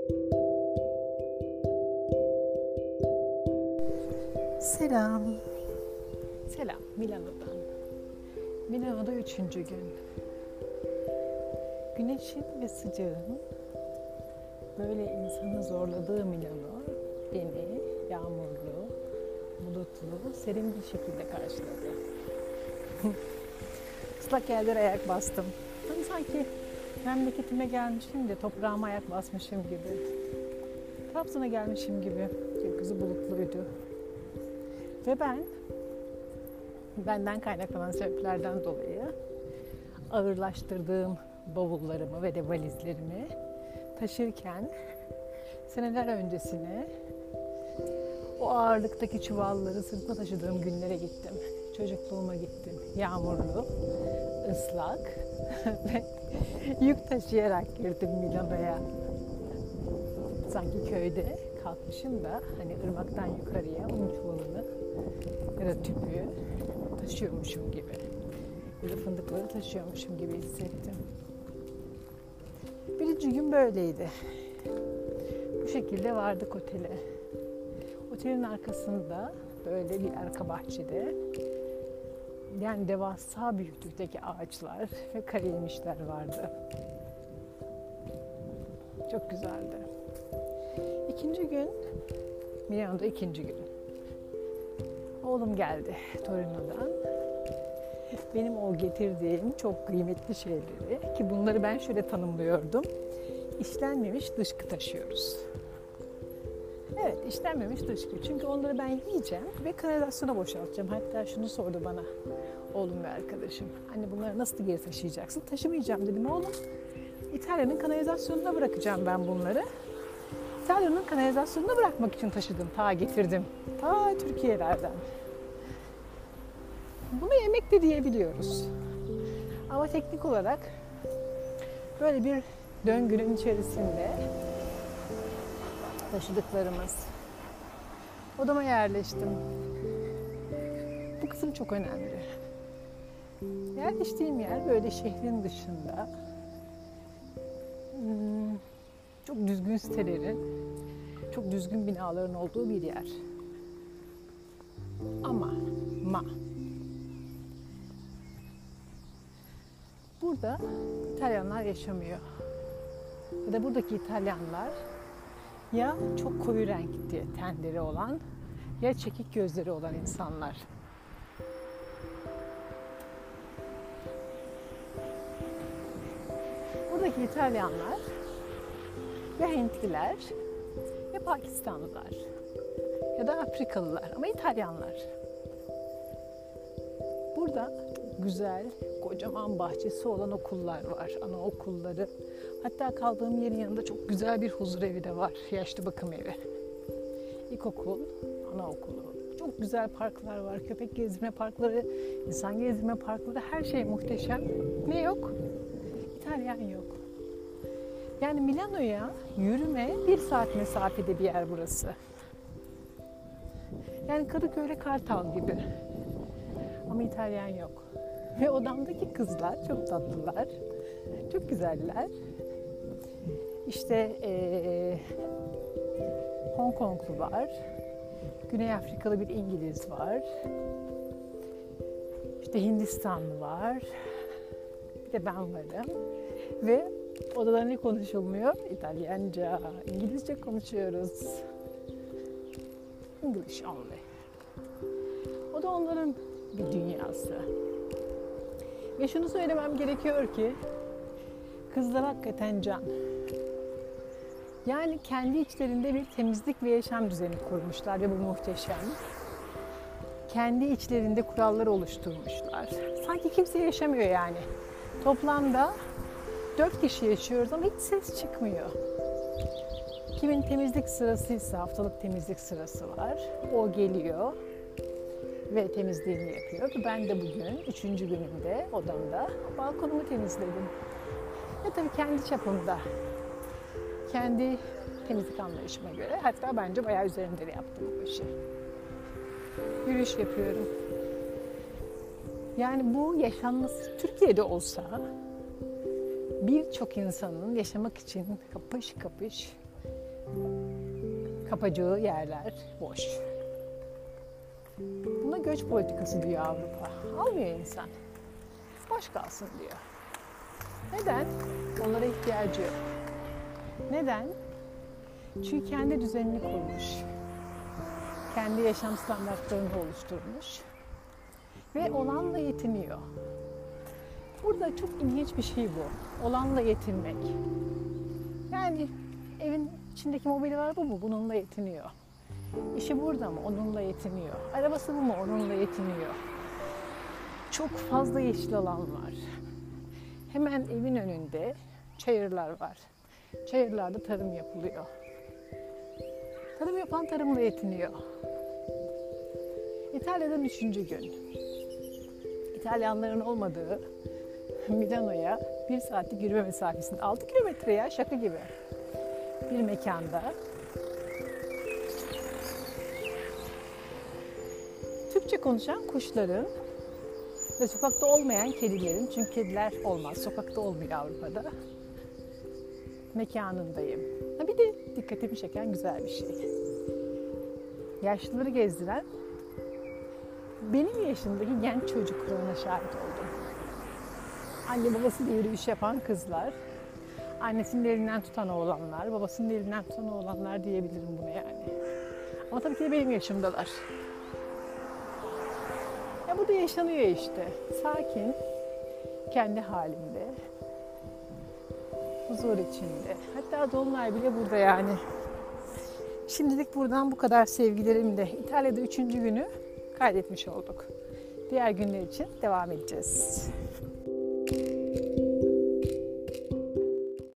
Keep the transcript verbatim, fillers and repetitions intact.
Selam. Selam Milano'dan. Milano'da üçüncü gün. Güneşin ve sıcağın böyle insanı zorladığı Milano beni yağmurlu, bulutlu, serin bir şekilde karşıladı. Islak yerlere ayak bastım. Hani sanki memleketime gelmişim de toprağıma ayak basmışım gibi. Trabzon'a gelmişim gibi. Gökyüzü bulutluydu. Ve ben, benden kaynaklanan sebeplerden dolayı ağırlaştırdığım bavullarımı ve de valizlerimi taşırken seneler öncesine o ağırlıktaki çuvalları sırtımda taşıdığım günlere gittim. Çocukluğuma gittim. Yağmurlu, ıslak ve yük taşıyarak girdim Milano'ya. Sanki köyde kalkmışım da hani ırmaktan yukarıya un çuvalını ya da tüpü taşıyormuşum gibi. Ya da fındıkları taşıyormuşum gibi hissettim. Birinci gün böyleydi. Bu şekilde vardık otele. Otelin arkasında böyle bir arka bahçede yani devasa büyüklükteki ağaçlar ve karayemişler vardı. Çok güzeldi. İkinci gün, Milano'da ikinci gün. Oğlum geldi Torino'dan. Benim o getirdiğim çok kıymetli şeyleri, ki bunları ben şöyle tanımlıyordum. İşlenmemiş dışkı taşıyoruz. Evet, işlenmemiş dışkı. Çünkü onları ben yiyeceğim ve kanalizasyona boşaltacağım. Hatta şunu sordu bana oğlum ve arkadaşım. Anne bunları nasıl geri taşıyacaksın? Taşımayacağım dedim oğlum. İtalya'nın kanalizasyonuna bırakacağım ben bunları. İtalya'nın kanalizasyonuna bırakmak için taşıdım, ta getirdim. Ta Türkiye'lerden. Bunu yemek de diyebiliyoruz. Ama teknik olarak böyle bir döngünün içerisinde taşıdıklarımız. Odama yerleştim. Bu kısım çok önemli. Yerleştiğim yer böyle şehrin dışında. Hmm, çok düzgün sitelerin, çok düzgün binaların olduğu bir yer. Ama, ma. Burada İtalyanlar yaşamıyor. Ya da buradaki İtalyanlar ya çok koyu renkli tenleri olan ya çekik gözleri olan insanlar. Buradaki İtalyanlar ya Hintliler ya Pakistanlılar ya da Afrikalılar ama İtalyanlar. Burada güzel, kocaman bahçesi olan okullar var, anaokulları. Hatta kaldığım yerin yanında çok güzel bir huzurevi de var, yaşlı bakım evi. İlkokul, anaokulu. Çok güzel parklar var, köpek gezdirme parkları, insan gezdirme parkları, her şey muhteşem. Ne yok? İtalyan yok. Yani Milano'ya yürüme bir saat mesafede bir yer burası. Yani Kadıköy'le Kartal gibi. Ama İtalyan yok. Ve odamdaki kızlar çok tatlılar, çok güzeller. İşte ee, Hong Konglu var, Güney Afrikalı bir İngiliz var, işte Hindistanlı var, bir de ben varım. Ve odada ne konuşulmuyor? İtalyanca, İngilizce konuşuyoruz. English only. O da onların bir dünyası. Ve şunu söylemem gerekiyor ki kızlar hakikaten can. Yani kendi içlerinde bir temizlik ve yaşam düzeni kurmuşlar ve bu muhteşem. Kendi içlerinde kurallar oluşturmuşlar. Sanki kimse yaşamıyor yani. Toplamda dört kişi yaşıyoruz ama hiç ses çıkmıyor. Kimin temizlik sırasıysa haftalık temizlik sırası var. O geliyor ve temizliğini yapıyor. Ben de bugün üçüncü günümde odamda balkonumu temizledim. Ve tabii kendi çapımda, kendi temizlik anlayışıma göre, hatta bence bayağı üzerinde de yaptım bu işi. Yürüyüş yapıyorum. Yani bu yaşanması Türkiye'de olsa birçok insanın yaşamak için kapış kapış Kapacağı yerler boş. Buna göç politikası diyor Avrupa. Almıyor insan. Boş kalsın diyor. Neden? Onlara ihtiyacı yok. Neden? Çünkü kendi düzenini kurmuş. Kendi yaşam standartlarını oluşturmuş. Ve olanla yetiniyor. Burada çok ilginç bir şey bu. Olanla yetinmek. Yani evin içindeki mobilya var bu mu? Bununla yetiniyor. İşi burada mı? Onunla yetiniyor. Arabası bu mu? Onunla yetiniyor. Çok fazla yeşil alan var. Hemen evin önünde çayırlar var. Çayırlarda tarım yapılıyor. Tarım yapan tarımla yetiniyor. İtalya'dan üçüncü gün. İtalyanların olmadığı Milano'ya bir saatlik yürüme mesafesinde, altı kilometre ya, şaka gibi bir mekanda Türkçe konuşan kuşların ve sokakta olmayan kedilerin, çünkü kediler olmaz, sokakta olmuyor Avrupa'da, mekanındayım. Ha, bir de dikkatimi çeken güzel bir şey. Yaşlıları gezdiren benim yaşındaki genç çocuklarına şahit oldum. Anne babasıyla yürüyüş yapan kızlar, annesinin elinden tutan oğlanlar, babasının elinden tutan oğlanlar diyebilirim buna yani. Ama tabii ki de benim yaşımdalar. Ya bu da yaşanıyor işte. Sakin, kendi halinde, huzur içinde. Hatta dolunay bile burada yani. Şimdilik buradan bu kadar sevgilerimle. İtalya'da üçüncü günü kaydetmiş olduk. Diğer günler için devam edeceğiz.